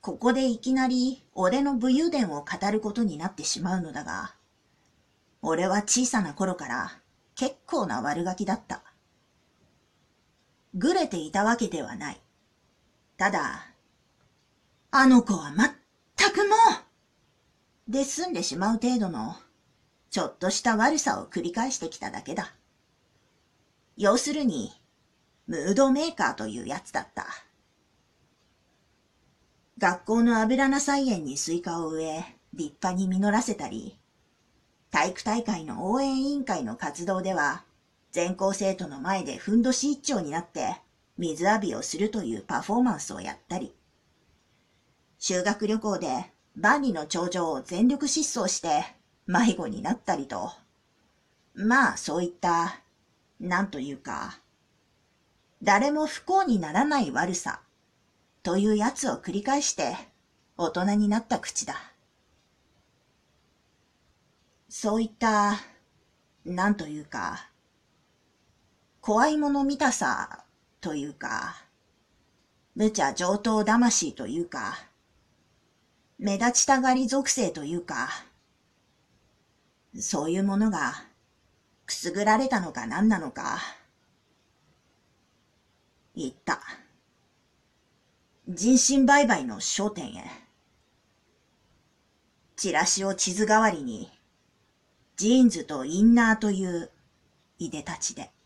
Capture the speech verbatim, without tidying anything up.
ここでいきなり俺の武勇伝を語ることになってしまうのだが、俺は小さな頃から結構な悪ガキだった。ぐれていたわけではない。ただ、あの子はまったくもうで済んでしまう程度のちょっとした悪さを繰り返してきただけだ。要するに、ムードメーカーというやつだった。学校の油菜菜園にスイカを植え、立派に実らせたり、体育大会の応援委員会の活動では、全校生徒の前でふんどし一丁になって水浴びをするというパフォーマンスをやったり、修学旅行で万里の長城を全力疾走して迷子になったりと、まあそういった、なんというか、誰も不幸にならない悪さというやつを繰り返して大人になった口だ。そういった、なんというか、怖いもの見たさというか、無茶上等魂というか、目立ちたがり属性というか、そういうものがくすぐられたのか何なのか、言った。人身売買の商店へ。チラシを地図代わりに、ジーンズとインナーといういでたちで。